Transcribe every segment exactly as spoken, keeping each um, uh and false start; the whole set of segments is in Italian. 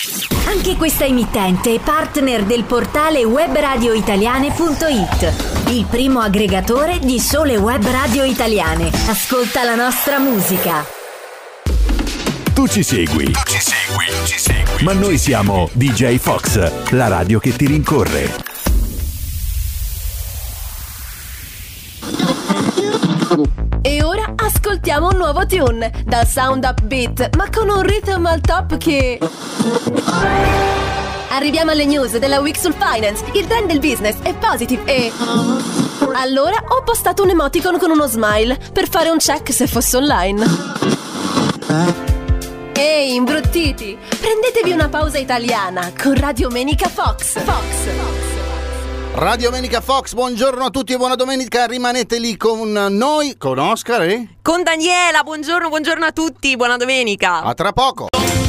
Anche questa emittente è partner del portale web radio italiane punto it, il primo aggregatore di sole web radio italiane. Ascolta la nostra musica. Tu ci segui. Tu ci segui, ci segui. Ma noi siamo D J Fox, la radio che ti rincorre. E ora ascoltiamo un nuovo tune dal sound upbeat, ma con un rhythm al top che... Arriviamo alle news della week sul finance. Il trend del business è positive e... Allora ho postato un emoticon con uno smile per fare un check se fosse online. Ehi, imbruttiti, prendetevi una pausa italiana con Radio Menica Fox. Fox. Radio Menica Fox, buongiorno a tutti e buona domenica, rimanete lì con noi, con Oscar e... Con Daniela, buongiorno, buongiorno a tutti, buona domenica. A tra poco.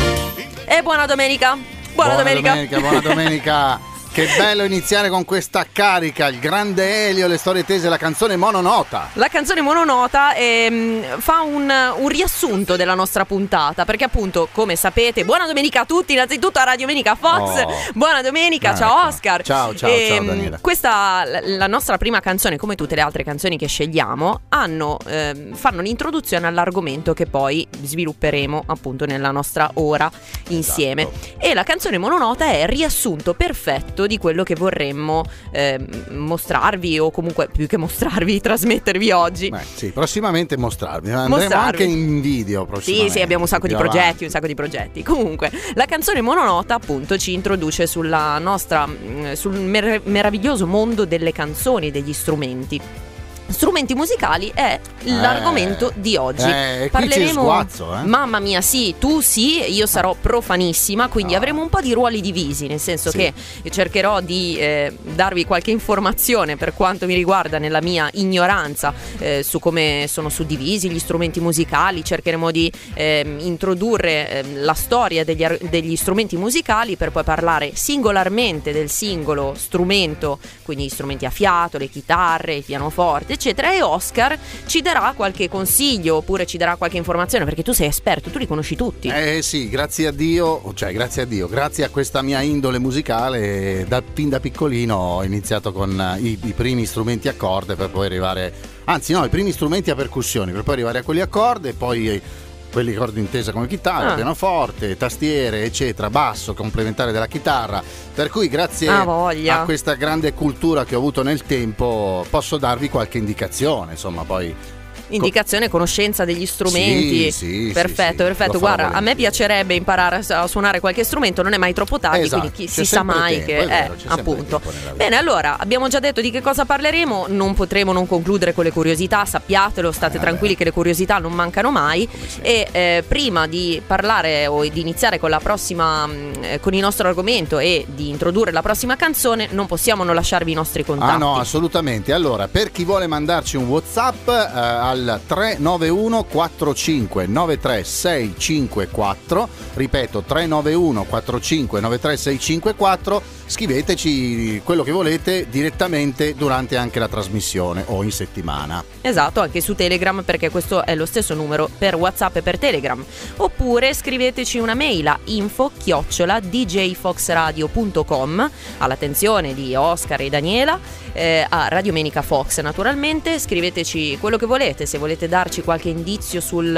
E buona domenica, buona, buona domenica. domenica. Buona domenica. Che bello iniziare con questa carica, il grande Elio, le storie tese, la canzone mononota. La canzone mononota ehm, fa un, un riassunto della nostra puntata, perché appunto, come sapete, buona domenica a tutti, innanzitutto a Radio Menica Fox, oh. buona domenica, ah, ciao ecco. Oscar. Ciao, ciao, e, ciao Daniela. Questa, la nostra prima canzone, come tutte le altre canzoni che scegliamo, hanno, ehm, fanno l'introduzione all'argomento che poi svilupperemo appunto nella nostra ora insieme. Esatto. E la canzone mononota è il riassunto perfetto di quello che vorremmo eh, mostrarvi, o comunque più che mostrarvi, trasmettervi oggi. Beh, sì, prossimamente mostrarvi. Andremo mostrarvi. Anche in video prossimamente. Sì, sì, abbiamo un sacco di progetti, avanti. un sacco di progetti. Comunque, la canzone mononota appunto ci introduce sulla nostra sul mer- meraviglioso mondo delle canzoni, degli strumenti. Strumenti musicali è l'argomento eh, di oggi. Eh, Parleremo. Sguazzo, eh? Mamma mia, sì, tu sì, io sarò profanissima, quindi no. avremo un po' di ruoli divisi, nel senso sì. che io cercherò di eh, darvi qualche informazione per quanto mi riguarda nella mia ignoranza eh, su come sono suddivisi gli strumenti musicali. Cercheremo di eh, introdurre eh, la storia degli, degli strumenti musicali, per poi parlare singolarmente del singolo strumento, quindi gli strumenti a fiato, le chitarre, il pianoforte, eccetera. E Oscar ci darà qualche consiglio oppure ci darà qualche informazione, perché tu sei esperto, tu li conosci tutti. Eh sì, grazie a Dio, cioè grazie a Dio, grazie a questa mia indole musicale, da, fin da piccolino ho iniziato con i, i primi strumenti a corde, per poi arrivare, anzi no, i primi strumenti a percussioni, per poi arrivare a quelli a corde e poi quelli corda intesa come chitarra, ah. pianoforte, tastiere, eccetera, basso complementare della chitarra. Per cui grazie ah, a questa grande cultura che ho avuto nel tempo posso darvi qualche indicazione, insomma, poi indicazione, conoscenza degli strumenti. Sì, sì, perfetto, sì, sì. perfetto. Guarda, a me piacerebbe imparare a suonare qualche strumento, non è mai troppo tardi, esatto. quindi chi c'è si sa mai tempo, che è è, vero, appunto. Bene, allora, abbiamo già detto di che cosa parleremo, non potremo non concludere con le curiosità, sappiatelo, state eh, tranquilli che le curiosità non mancano mai. E eh, prima di parlare o di iniziare con la prossima eh, con il nostro argomento e di introdurre la prossima canzone, non possiamo non lasciarvi i nostri contatti. Ah no, assolutamente. Allora, per chi vuole mandarci un WhatsApp eh, al tre nove uno quattro cinque nove tre sei cinque quattro, ripeto tre nove uno quattro cinque nove tre sei cinque quattro, scriveteci quello che volete direttamente durante anche la trasmissione o in settimana. Esatto, anche su Telegram, perché questo è lo stesso numero per WhatsApp e per Telegram. Oppure scriveteci una mail a info chiocciola d j fox radio punto com, all'attenzione di Oscar e Daniela, eh, a Radio Menica Fox naturalmente. Scriveteci quello che volete, se volete darci qualche indizio sul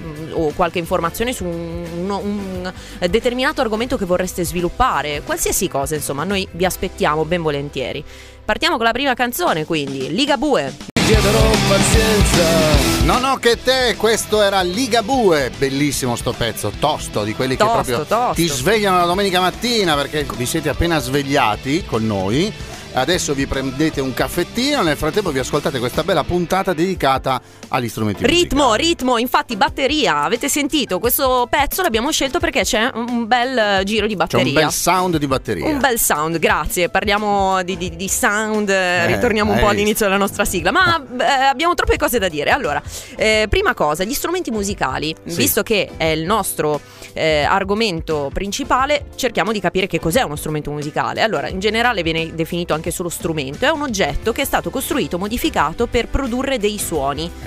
o qualche informazione su un, un, un determinato argomento che vorreste sviluppare, qualsiasi cosa, insomma, noi vi aspettiamo ben volentieri. Partiamo con la prima canzone, quindi Ligabue. Chiederò pazienza. No, no, che te, questo era Ligabue, bellissimo sto pezzo, tosto, di quelli tosto, che proprio tosto. ti svegliano la domenica mattina, perché vi siete appena svegliati con noi. Adesso vi prendete un caffettino, nel frattempo vi ascoltate questa bella puntata dedicata agli strumenti ritmo, musicali. ritmo, infatti batteria, avete sentito? Questo pezzo l'abbiamo scelto perché c'è un bel giro di batteria. C'è un bel sound di batteria. Un bel sound, grazie, parliamo di, di, di sound, eh, ritorniamo un po' all'inizio della nostra sigla, ma eh, abbiamo troppe cose da dire. Allora, eh, prima cosa, gli strumenti musicali, sì. Visto che è il nostro eh, argomento principale, cerchiamo di capire che cos'è uno strumento musicale. Allora, in generale viene definito anche solo strumento, è un oggetto che è stato costruito, modificato per produrre dei suoni.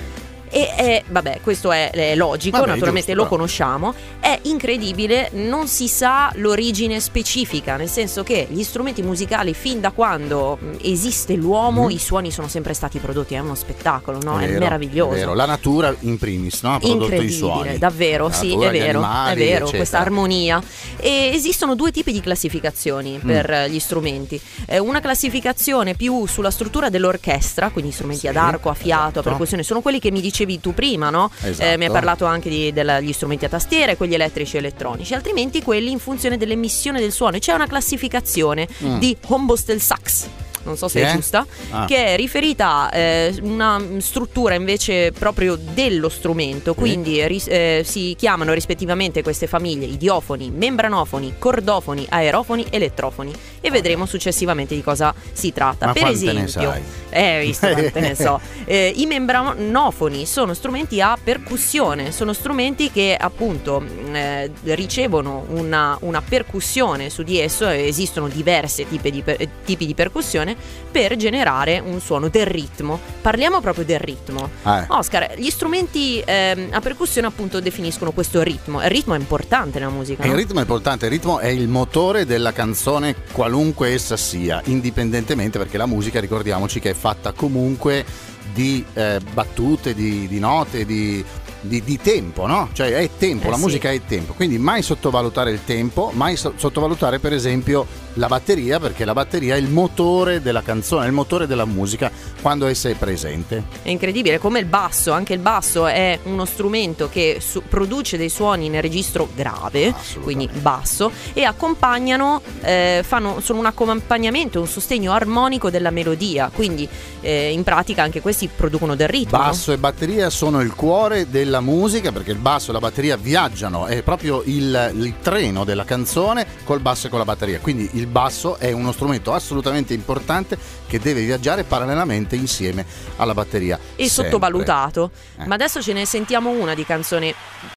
E è, vabbè, questo è, è logico, Vabbè, naturalmente giusto, lo conosciamo. È incredibile, non si sa l'origine specifica, nel senso che gli strumenti musicali, fin da quando esiste l'uomo, mm. i suoni sono sempre stati prodotti. È uno spettacolo, no? È, vero, è meraviglioso. È vero. La natura in primis, no? Ha prodotto i suoni. Davvero, la sì, natura, è vero, animali, è vero, eccetera. questa armonia. E esistono due tipi di classificazioni per mm. gli strumenti. Eh, una classificazione più sulla struttura dell'orchestra, quindi strumenti sì, ad arco, a fiato, esatto. a percussione, sono quelli che mi dicevi tu prima, no? Esatto. Eh, mi hai parlato anche di, degli strumenti a tastiere, quelli elettrici e elettronici, altrimenti quelli in funzione dell'emissione del suono. C'è una classificazione mm. di Hombostel Sax, non so se yeah. è giusta, ah. che è riferita a eh, una struttura invece proprio dello strumento, quindi ris- eh, si chiamano rispettivamente queste famiglie idiofoni, membranofoni, cordofoni, aerofoni, elettrofoni, e vedremo successivamente di cosa si tratta. Ma per quante esempio, ne sai? eh, visto quante ne so, eh, i membranofoni sono strumenti a percussione, sono strumenti che appunto eh, ricevono una, una percussione su di esso, esistono diversi tipi di, per- tipi di percussione per generare un suono del ritmo. Parliamo proprio del ritmo. eh. Oscar, gli strumenti ehm, a percussione appunto definiscono questo ritmo. Il ritmo è importante nella musica, no? Il ritmo è importante, il ritmo è il motore della canzone, qualunque essa sia, indipendentemente, perché la musica, ricordiamoci che è fatta comunque di eh, battute, di, di note, di, di, di tempo, no? Cioè è tempo, eh la sì. musica è tempo, quindi mai sottovalutare il tempo, mai so- sottovalutare per esempio la batteria, perché la batteria è il motore della canzone, è il motore della musica quando essa è presente. È incredibile come il basso, anche il basso è uno strumento che su- produce dei suoni nel registro grave, quindi basso, e accompagnano, eh, fanno, sono un accompagnamento, un sostegno armonico della melodia, quindi eh, in pratica anche questi producono del ritmo. Basso no? e batteria sono il cuore della musica, perché il basso e la batteria viaggiano, è proprio il, il treno della canzone col basso e con la batteria, quindi il basso è uno strumento assolutamente importante che deve viaggiare parallelamente insieme alla batteria. E sempre. Sottovalutato. Eh. Ma adesso ce ne sentiamo una di canzone.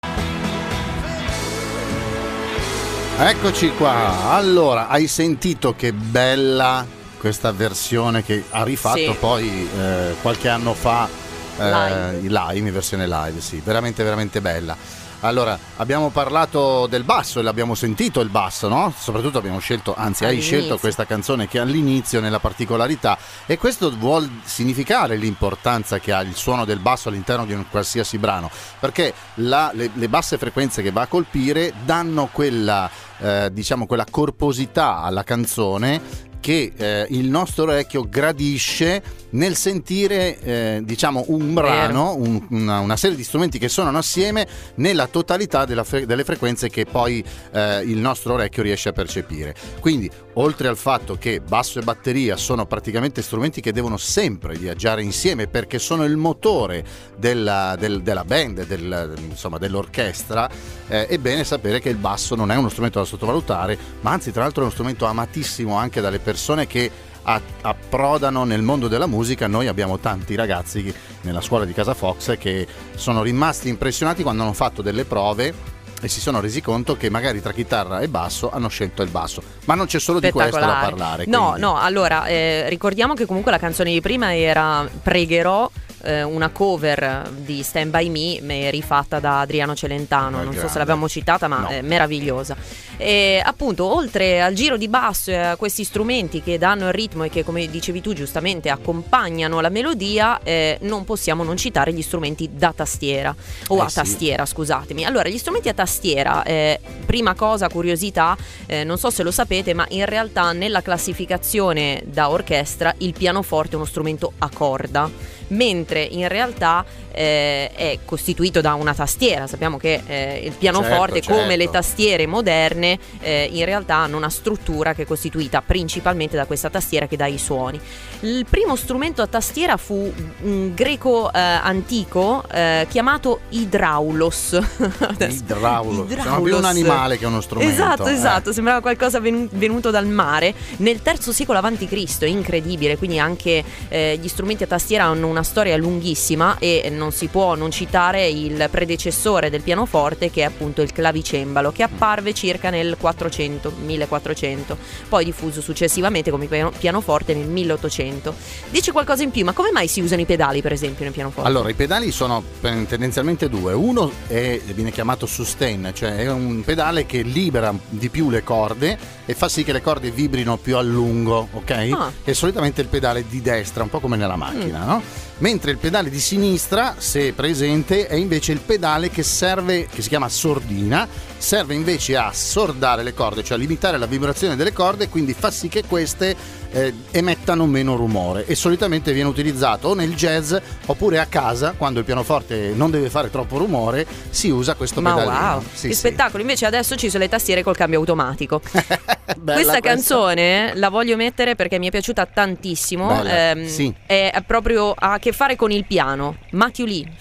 Eccoci qua. Allora, hai sentito che bella questa versione che ha rifatto sì. poi eh, qualche anno fa eh, live. live, in versione live, sì, veramente veramente bella. Allora, abbiamo parlato del basso e l'abbiamo sentito il basso, no? Soprattutto abbiamo scelto, anzi all'inizio. hai scelto questa canzone che all'inizio nella particolarità, e questo vuol significare l'importanza che ha il suono del basso all'interno di un qualsiasi brano, perché la, le, le basse frequenze che va a colpire danno quella, eh, diciamo, quella corposità alla canzone che eh, il nostro orecchio gradisce nel sentire eh, diciamo un brano, un, una, una serie di strumenti che suonano assieme nella totalità della fre- delle frequenze che poi eh, il nostro orecchio riesce a percepire. Quindi, oltre al fatto che basso e batteria sono praticamente strumenti che devono sempre viaggiare insieme perché sono il motore della, del, della band, del, insomma dell'orchestra, eh, è bene sapere che il basso non è uno strumento da sottovalutare, ma anzi tra l'altro è uno strumento amatissimo anche dalle persone che approdano nel mondo della musica. Noi abbiamo tanti ragazzi nella scuola di Casa Fox che sono rimasti impressionati quando hanno fatto delle prove e si sono resi conto che magari tra chitarra e basso hanno scelto il basso, ma non c'è solo di questo da parlare. No, quindi. no, allora eh, ricordiamo che comunque la canzone di prima era Pregherò, eh, una cover di Stand By Me rifatta da Adriano Celentano, Eh, non so grande. se l'abbiamo citata, ma No. è meravigliosa. E appunto, oltre al giro di basso e a questi strumenti che danno il ritmo e che, come dicevi tu giustamente, accompagnano la melodia, eh, non possiamo non citare gli strumenti da tastiera o Eh a sì. tastiera, scusatemi. Allora, gli strumenti a tastiera, eh, prima cosa, curiosità, eh, non so se lo sapete, ma in realtà nella classificazione da orchestra il pianoforte è uno strumento a corda, mentre in realtà eh, è costituito da una tastiera. Sappiamo che eh, il pianoforte, Certo, come certo. le tastiere moderne, eh, in realtà hanno una struttura che è costituita principalmente da questa tastiera che dà i suoni. Il primo strumento a tastiera fu un greco eh, antico eh, chiamato idraulos. Idraulo, sembra più Idraulos. un animale che uno strumento. Esatto, eh. esatto, sembrava qualcosa venu- venuto dal mare nel terzo secolo avanti Cristo, è incredibile. Quindi anche eh, gli strumenti a tastiera hanno una una storia lunghissima e non si può non citare il predecessore del pianoforte, che è appunto il clavicembalo, che apparve circa nel quattrocento millequattrocento, poi diffuso successivamente come piano- pianoforte nel milleottocento. Dici qualcosa in più, ma come mai si usano i pedali per esempio nel pianoforte? Allora, i pedali sono tendenzialmente due. Uno è, viene chiamato sustain, cioè è un pedale che libera di più le corde e fa sì che le corde vibrino più a lungo, ok? Ah. È solitamente il pedale di destra, un po' come nella macchina, mm. no? Mentre il pedale di sinistra, se presente, è invece il pedale che serve, che si chiama sordina, serve invece a sordare le corde, cioè a limitare la vibrazione delle corde, quindi fa sì che queste eh, emettano meno rumore, e solitamente viene utilizzato o nel jazz oppure a casa, quando il pianoforte non deve fare troppo rumore, si usa questo Ma pedalino. wow, sì, che sì. spettacolo! Invece adesso ci sono le tastiere col cambio automatico. Bella questa questa. canzone la voglio mettere perché mi è piaciuta tantissimo. Ehm, sì. È proprio a che fare con il piano. Matthew Lee.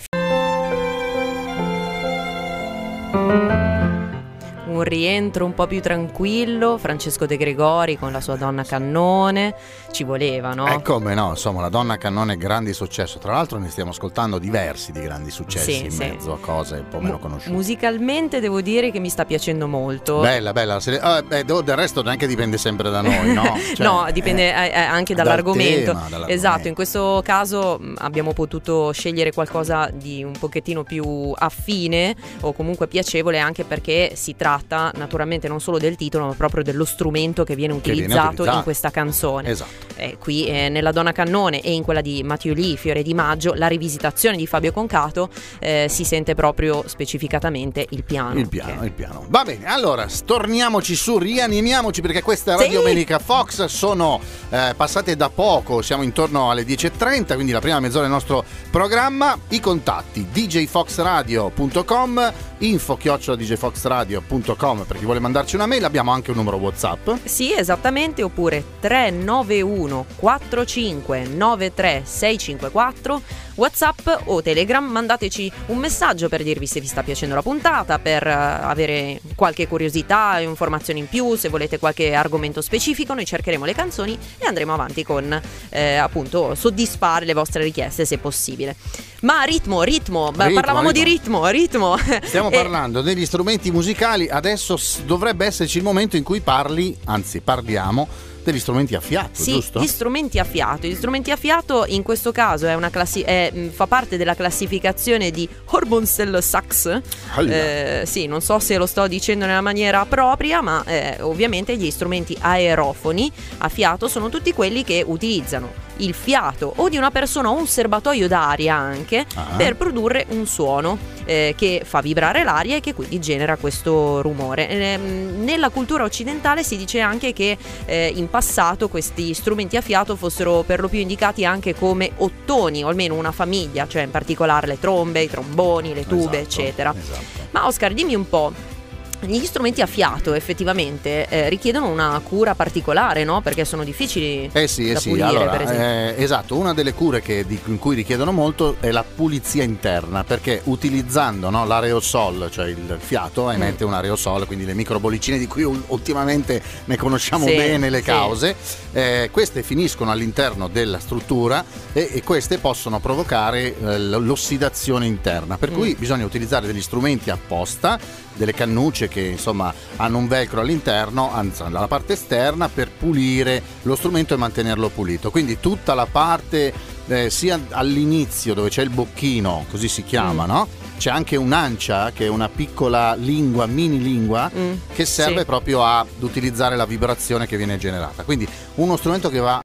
Un rientro un po' più tranquillo, Francesco De Gregori con la sua Donna Cannone, ci voleva, no? Eh come no, insomma, la Donna Cannone è grande successo, tra l'altro ne stiamo ascoltando diversi di grandi successi Sì, in sì. mezzo a cose un po' meno conosciute. Musicalmente devo dire che mi sta piacendo molto. Bella, bella, se le- ah, beh, del resto neanche dipende sempre da noi, no? Cioè, no, dipende eh, anche dall'argomento. Dal tema, dall'argomento. Esatto, in questo caso mh, abbiamo potuto scegliere qualcosa di un pochettino più affine o comunque piacevole, anche perché si tratta naturalmente non solo del titolo, ma proprio dello strumento che viene Che viene utilizzato, utilizzato. in questa canzone. Esatto. Eh, qui eh, nella Donna Cannone e in quella di Matthew Lee, Fiore di Maggio, la rivisitazione di Fabio Concato, eh, si sente proprio specificatamente il piano. Il piano, che- il piano. Va bene, allora torniamoci su, rianimiamoci, perché questa è Radio Sì. Domenica Fox, sono eh, passate da poco, siamo intorno alle dieci e trenta, quindi la prima mezz'ora del nostro programma. I contatti: d j fox radio punto com, info chiocciola d j fox radio punto com per chi vuole mandarci una mail. Abbiamo anche un numero WhatsApp. Sì, esattamente, oppure tre nove uno quattro cinque nove tre sei cinque quattro, WhatsApp o Telegram. Mandateci un messaggio per dirvi se vi sta piacendo la puntata, per eh, avere qualche curiosità, informazioni in più, se volete qualche argomento specifico. Noi cercheremo le canzoni e andremo avanti con eh, appunto soddisfare le vostre richieste se possibile. Ma ritmo, ritmo, beh, Ritmo, parlavamo ritmo. di ritmo, ritmo. Stiamo E- parlando degli strumenti musicali, adesso s- dovrebbe esserci il momento in cui parli, anzi parliamo degli strumenti a fiato, Sì, giusto? gli strumenti a fiato. Gli strumenti a fiato in questo caso è una classi- è, mh, fa parte della classificazione di Hornbostel Sax. Alla. Eh, sì, non so se lo sto dicendo nella maniera propria, ma eh, ovviamente gli strumenti aerofoni a fiato sono tutti quelli che utilizzano il fiato o di una persona o un serbatoio d'aria anche Ah. per produrre un suono eh, che fa vibrare l'aria e che quindi genera questo rumore. Ehm, nella cultura occidentale si dice anche che eh, in passato questi strumenti a fiato fossero per lo più indicati anche come ottoni, o almeno una famiglia, cioè in particolare le trombe, i tromboni, le tube, Esatto, eccetera. esatto. Ma Oscar, dimmi un po'. Gli strumenti a fiato effettivamente eh, richiedono una cura particolare, no? Perché sono difficili Eh sì, eh da sì, pulire, allora, per esempio. eh, esatto, una delle cure che, di, in cui richiedono molto è la pulizia interna, perché utilizzando, no, l'aerosol, cioè il fiato emette un aerosol, quindi le microbollicine di cui u- ultimamente ne conosciamo Sì, bene le sì. cause, eh, queste finiscono all'interno della struttura e, e queste possono provocare eh, l- l'ossidazione interna, per cui Mm. bisogna utilizzare degli strumenti apposta, delle cannucce che insomma hanno un velcro all'interno, anzi dalla parte esterna, per pulire lo strumento e mantenerlo pulito. Quindi tutta la parte eh, sia all'inizio dove c'è il bocchino, così si chiama, Mm. no? C'è anche un'ancia che è una piccola lingua, mini lingua, Mm, che serve sì. proprio ad utilizzare la vibrazione che viene generata. Quindi uno strumento che va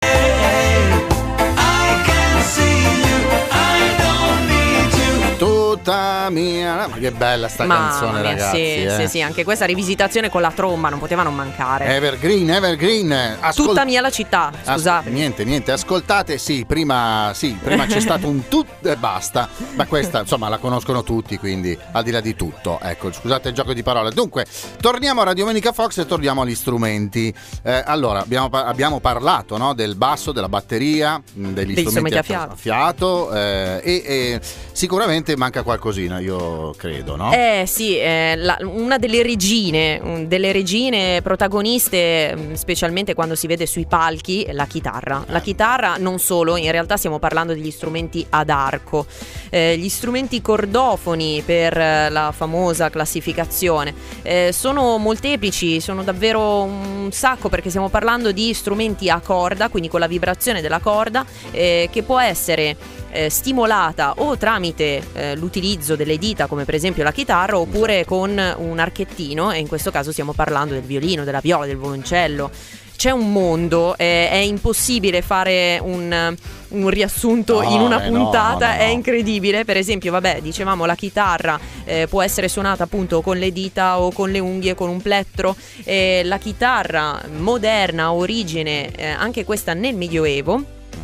tutta mia, ma che bella sta Mamma canzone, mia, ragazzi, sì, eh. sì, sì, anche questa rivisitazione con la tromba non poteva non mancare. Evergreen, Evergreen, ascol- Tutta mia la città, As- scusate. niente, niente, ascoltate, sì, prima sì, prima c'è stato un tut e basta, ma questa insomma la conoscono tutti, quindi al di là di tutto, ecco, scusate il gioco di parole. Dunque, torniamo a Radio Domenica Fox e torniamo agli strumenti. Eh, allora, abbiamo, pa- abbiamo parlato, no, del basso, della batteria, mh, degli, Degli strumenti a a fiato, eh, e, e sicuramente manca qualcosina. io credo, no? Eh sì, eh, la, una delle regine, un, delle regine protagoniste, specialmente quando si vede sui palchi, la chitarra. La chitarra non solo, in realtà stiamo parlando degli strumenti ad arco, eh, gli strumenti cordofoni per la famosa classificazione. Eh, sono molteplici, sono davvero un sacco, perché stiamo parlando di strumenti a corda, quindi con la vibrazione della corda, eh, che può essere eh, stimolata o tramite eh, l'utilizzo delle dita, come per esempio la chitarra, oppure con un archettino, e in questo caso stiamo parlando del violino, della viola, del violoncello. C'è un mondo, eh, è impossibile fare un, un riassunto no, in una eh, puntata, no, no, no. È incredibile. Per esempio, vabbè, dicevamo la chitarra eh, può essere suonata appunto con le dita o con le unghie, con un plettro. Eh, la chitarra moderna, origine, eh, anche questa nel Medioevo.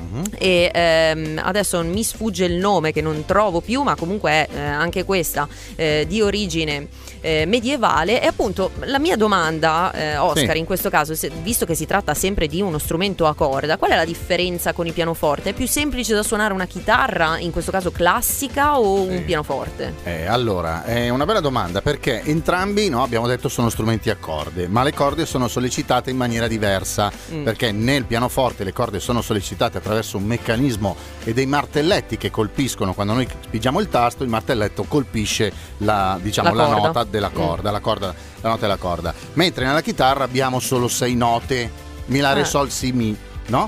E ehm, adesso mi sfugge il nome, che non trovo più, ma comunque è eh, anche questa eh, di origine eh, medievale. E appunto la mia domanda, eh, Oscar, sì. in questo caso, se, visto che si tratta sempre di uno strumento a corda, qual è la differenza con il pianoforte? È più semplice da suonare una chitarra, in questo caso classica, o sì. un pianoforte? Eh, allora, è una bella domanda, perché entrambi, no, abbiamo detto, sono strumenti a corde, ma le corde sono sollecitate in maniera diversa, mm. perché nel pianoforte le corde sono sollecitate attraverso un meccanismo e dei martelletti che colpiscono. Quando noi spingiamo il tasto, il martelletto colpisce la, diciamo, la, la nota della corda, mm. la corda, la nota della corda. Mentre nella chitarra abbiamo solo sei note: mi, la, re, sol, si, mi, no?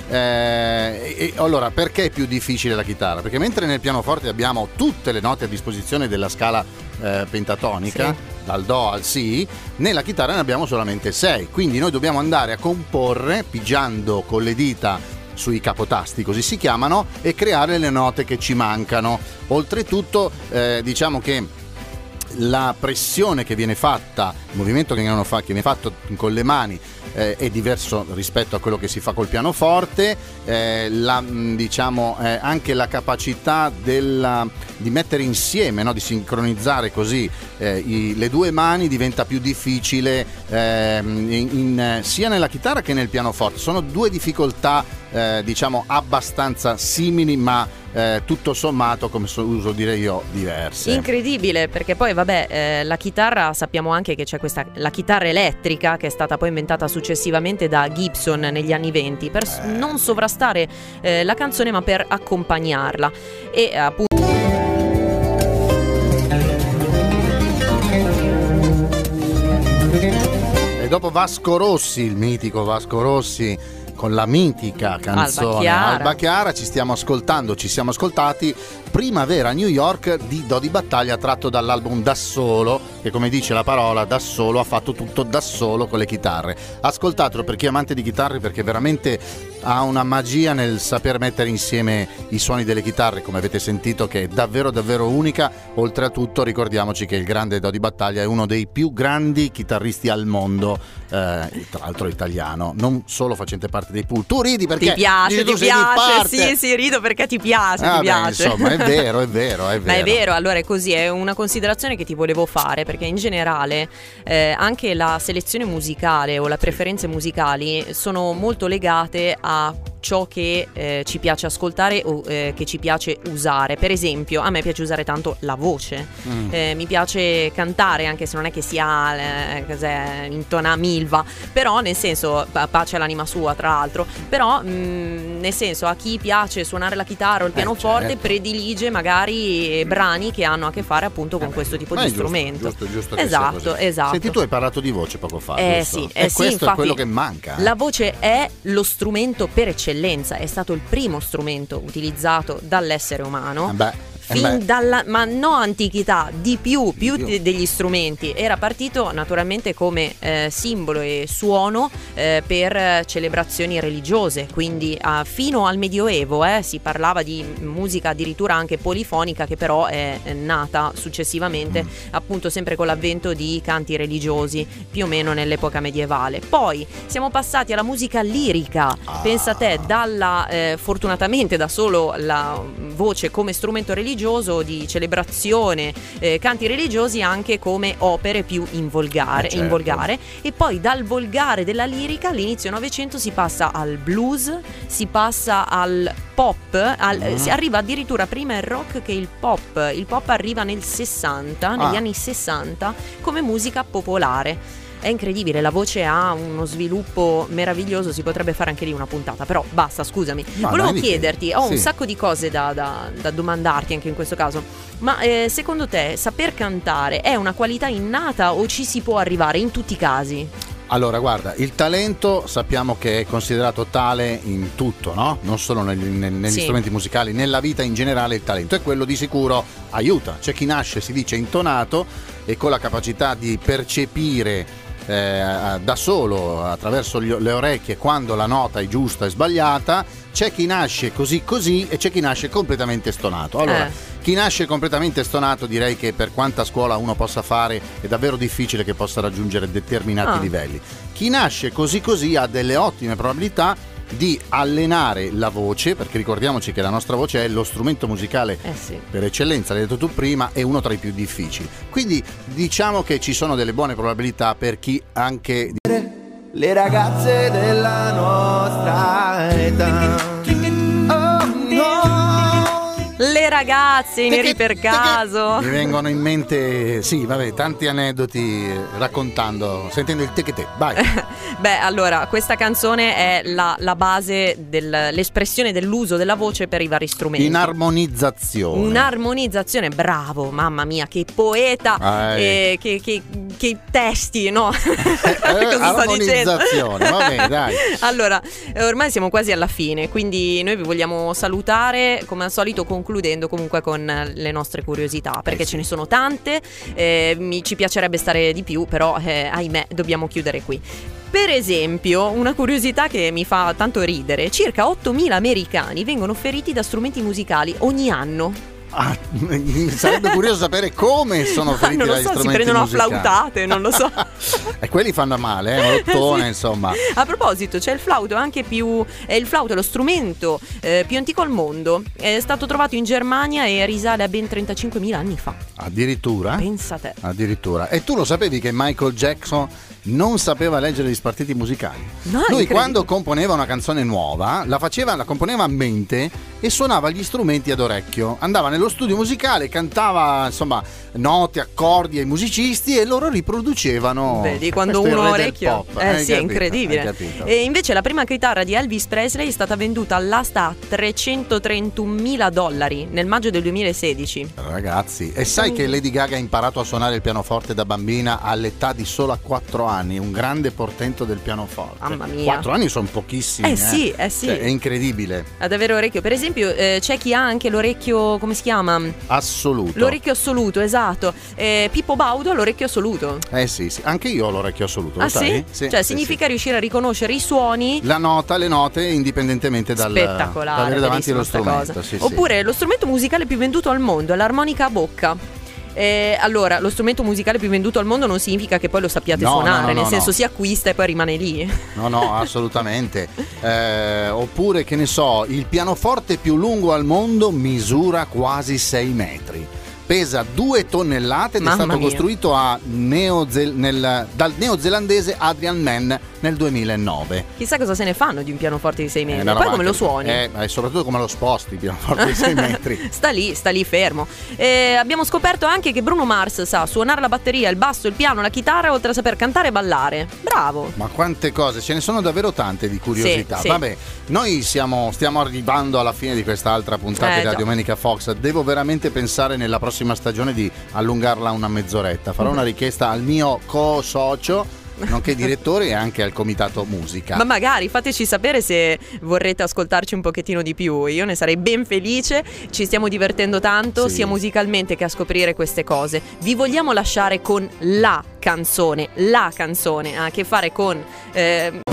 Eh, e, allora, perché è più difficile la chitarra? Perché mentre nel pianoforte abbiamo tutte le note a disposizione della scala eh, pentatonica, sì. dal do al si, nella chitarra ne abbiamo solamente sei. Quindi noi dobbiamo andare a comporre pigiando con le dita sui capotasti, così si chiamano, e creare le note che ci mancano. Oltretutto eh, diciamo che la pressione che viene fatta, il movimento che viene fatto con le mani eh, è diverso rispetto a quello che si fa col pianoforte. eh, la, diciamo eh, anche la capacità della, di mettere insieme, no, di sincronizzare così eh, i, le due mani diventa più difficile eh, in, in, sia nella chitarra che nel pianoforte. Sono due difficoltà eh, diciamo abbastanza simili, ma Eh, tutto sommato, come so, uso dire io, diverse. Incredibile, perché poi vabbè eh, la chitarra, sappiamo anche che c'è questa, la chitarra elettrica, che è stata poi inventata successivamente da Gibson negli anni venti, per eh. non sovrastare eh, la canzone, ma per accompagnarla. E appunto e dopo Vasco Rossi, il mitico Vasco Rossi, con la mitica canzone Alba Chiara. Alba Chiara, ci stiamo ascoltando, ci siamo ascoltati Primavera New York di Dodi Battaglia, tratto dall'album Da Solo, che come dice la parola da solo ha fatto tutto da solo con le chitarre. Ascoltatelo per chi è amante di chitarre, perché veramente ha una magia nel saper mettere insieme i suoni delle chitarre, come avete sentito, che è davvero davvero unica. Oltretutto ricordiamoci che il grande Dodi Battaglia è uno dei più grandi chitarristi al mondo, eh, tra l'altro italiano, non solo facente parte dei Pool. Tu ridi perché ti piace, tu ti sei piace, sì sì rido perché ti piace, ah, ti beh, piace. Insomma è vero, è vero, è vero. Ma è vero, allora è così, è una considerazione che ti volevo fare, perché in generale eh, anche la selezione musicale o le preferenze musicali sono molto legate a ciò che eh, ci piace ascoltare o eh, che ci piace usare. Per esempio, a me piace usare tanto la voce, mm. eh, mi piace cantare, anche se non è che sia eh, cos'è, intona Milva, però nel senso, pace all'anima sua tra l'altro, però mh, nel senso, a chi piace suonare la chitarra o il pianoforte eh, certo. predilige magari brani che hanno a che fare appunto con eh questo tipo di giusto, strumento. Giusto, giusto esatto, esatto. Senti, tu hai parlato di voce poco fa, eh, giusto? Sì, eh, e sì, questo infatti, è quello che manca. Eh? La voce è lo strumento per eccellenza, è stato il primo strumento utilizzato dall'essere umano. Eh beh. Fin dalla, ma no antichità, di più, più, di più degli strumenti. Era partito naturalmente come eh, simbolo e suono eh, per celebrazioni religiose, quindi ah, fino al Medioevo eh, si parlava di musica addirittura anche polifonica, che però è, è nata successivamente mm. appunto sempre con l'avvento di canti religiosi, più o meno nell'epoca medievale. Poi siamo passati alla musica lirica, ah. pensa te, dalla eh, fortunatamente da solo la voce come strumento religioso di celebrazione, eh, canti religiosi anche come opere più in volgare, eh certo. in volgare, e poi dal volgare della lirica all'inizio Novecento si passa al blues, si passa al pop, al, mm. si arriva addirittura prima il rock che il pop. Il pop arriva nel sessanta, negli ah. anni sessanta, come musica popolare. È incredibile, la voce ha uno sviluppo meraviglioso, si potrebbe fare anche lì una puntata, però basta, scusami. No, Volevo dai, chiederti, ho sì. un sacco di cose da, da, da domandarti anche in questo caso, ma eh, secondo te saper cantare è una qualità innata o ci si può arrivare in tutti i casi? Allora, guarda, il talento sappiamo che è considerato tale in tutto, no? Non solo negli, negli sì. strumenti musicali, nella vita in generale il talento, e quello di sicuro aiuta. C'è chi nasce, si dice, intonato e con la capacità di percepire eh, da solo, attraverso gli, le orecchie, quando la nota è giusta e sbagliata. C'è chi nasce così così e c'è chi nasce completamente stonato. Allora, eh. chi nasce completamente stonato, direi che per quanta scuola uno possa fare è davvero difficile che possa raggiungere determinati ah. livelli. Chi nasce così così ha delle ottime probabilità di allenare la voce, perché ricordiamoci che la nostra voce è lo strumento musicale eh sì. per eccellenza, l'hai detto tu prima, è uno tra i più difficili. Quindi diciamo che ci sono delle buone probabilità per chi anche... Le ragazze della nostra età. Oh no. Le ragazze, i neri per caso. Mi vengono in mente, sì, vabbè, tanti aneddoti raccontando, sentendo il teche-te, vai. Beh, allora, questa canzone è la, la base dell'espressione dell'uso della voce per i vari strumenti. In armonizzazione. Un'armonizzazione, bravo, mamma mia, che poeta, eh, che, che, che testi, no? Cosa sto dicendo? Armonizzazione, va bene, dai. Allora, ormai siamo quasi alla fine, quindi noi vi vogliamo salutare, come al solito concludendo comunque con le nostre curiosità, perché eh sì. ce ne sono tante, eh, mi, ci piacerebbe stare di più, però eh, ahimè dobbiamo chiudere qui. Per esempio, una curiosità che mi fa tanto ridere: circa ottomila americani vengono feriti da strumenti musicali ogni anno. Ah, sarebbe curioso sapere come sono feriti non lo dagli so, strumenti si prendono musicali. a flautate, non lo so. E quelli fanno male, eh, un lottone, sì. insomma. A proposito, c'è il flauto anche più è il flauto è lo strumento eh, più antico al mondo. È stato trovato in Germania e risale a ben trentacinquemila anni fa. Addirittura? Pensa a te. Addirittura. E tu lo sapevi che Michael Jackson non sapeva leggere gli spartiti musicali? No, Lui quando componeva una canzone nuova la faceva, la componeva a mente e suonava gli strumenti ad orecchio. Andava nello studio musicale, cantava insomma note, accordi ai musicisti e loro riproducevano. Vedi, quando Questo uno è ha il re del orecchio pop. eh Hai sì, è capito, incredibile. hai capito. E invece la prima chitarra di Elvis Presley è stata venduta all'asta a trecentotrentunomila dollari nel maggio del duemilasedici. Ragazzi, e sai che Lady Gaga ha imparato a suonare il pianoforte da bambina all'età di solo a quattro anni, un grande portento del pianoforte. Mamma mia. quattro anni sono pochissimi. Eh, eh sì, eh sì. Cioè, è incredibile. Ad avere orecchio. Per esempio eh, c'è chi ha anche l'orecchio, come si chiama? Assoluto. L'orecchio assoluto, esatto. Eh, Pippo Baudo ha l'orecchio assoluto. Eh sì, sì, anche io ho l'orecchio assoluto. Ah lo sai? sì? Sì, Cioè sì, significa sì. riuscire a riconoscere i suoni. La nota, le note indipendentemente dal Spettacolare, da avere davanti lo bellissima sta strumento. cosa. Sì, Oppure lo strumento musicale più venduto al mondo è l'armonica a bocca. Eh, allora, lo strumento musicale più venduto al mondo non significa che poi lo sappiate No, suonare, no, no, nel no, senso no. si acquista e poi rimane lì. No, no, assolutamente. Eh, oppure, che ne so, il pianoforte più lungo al mondo misura quasi sei metri. Pesa due tonnellate ed Mamma è stato mia. costruito a Neozel- nel, dal neozelandese Adrian Mann nel duemilanove. Chissà cosa se ne fanno di un pianoforte di sei Eh, metri. una Poi roba come lo anche- suoni? Eh, e soprattutto come lo sposti il pianoforte di sei metri. Sta lì, sta lì fermo. Eh, abbiamo scoperto anche che Bruno Mars sa suonare la batteria, il basso, il piano, la chitarra, oltre a saper cantare e ballare. Bravo. Ma quante cose, ce ne sono davvero tante di curiosità. Sì, sì. Vabbè, noi siamo, stiamo arrivando alla fine di quest'altra puntata Eh, della già. Domenica Fox. Devo veramente pensare nella prossima stagione di allungarla una mezz'oretta. Farò una richiesta al mio co-socio, nonché direttore, e anche al comitato musica. Ma magari fateci sapere se vorrete ascoltarci un pochettino di più. Io ne sarei ben felice. Ci stiamo divertendo tanto, Sì. sia musicalmente che a scoprire queste cose. Vi vogliamo lasciare con la canzone. La canzone ha a che fare con eh,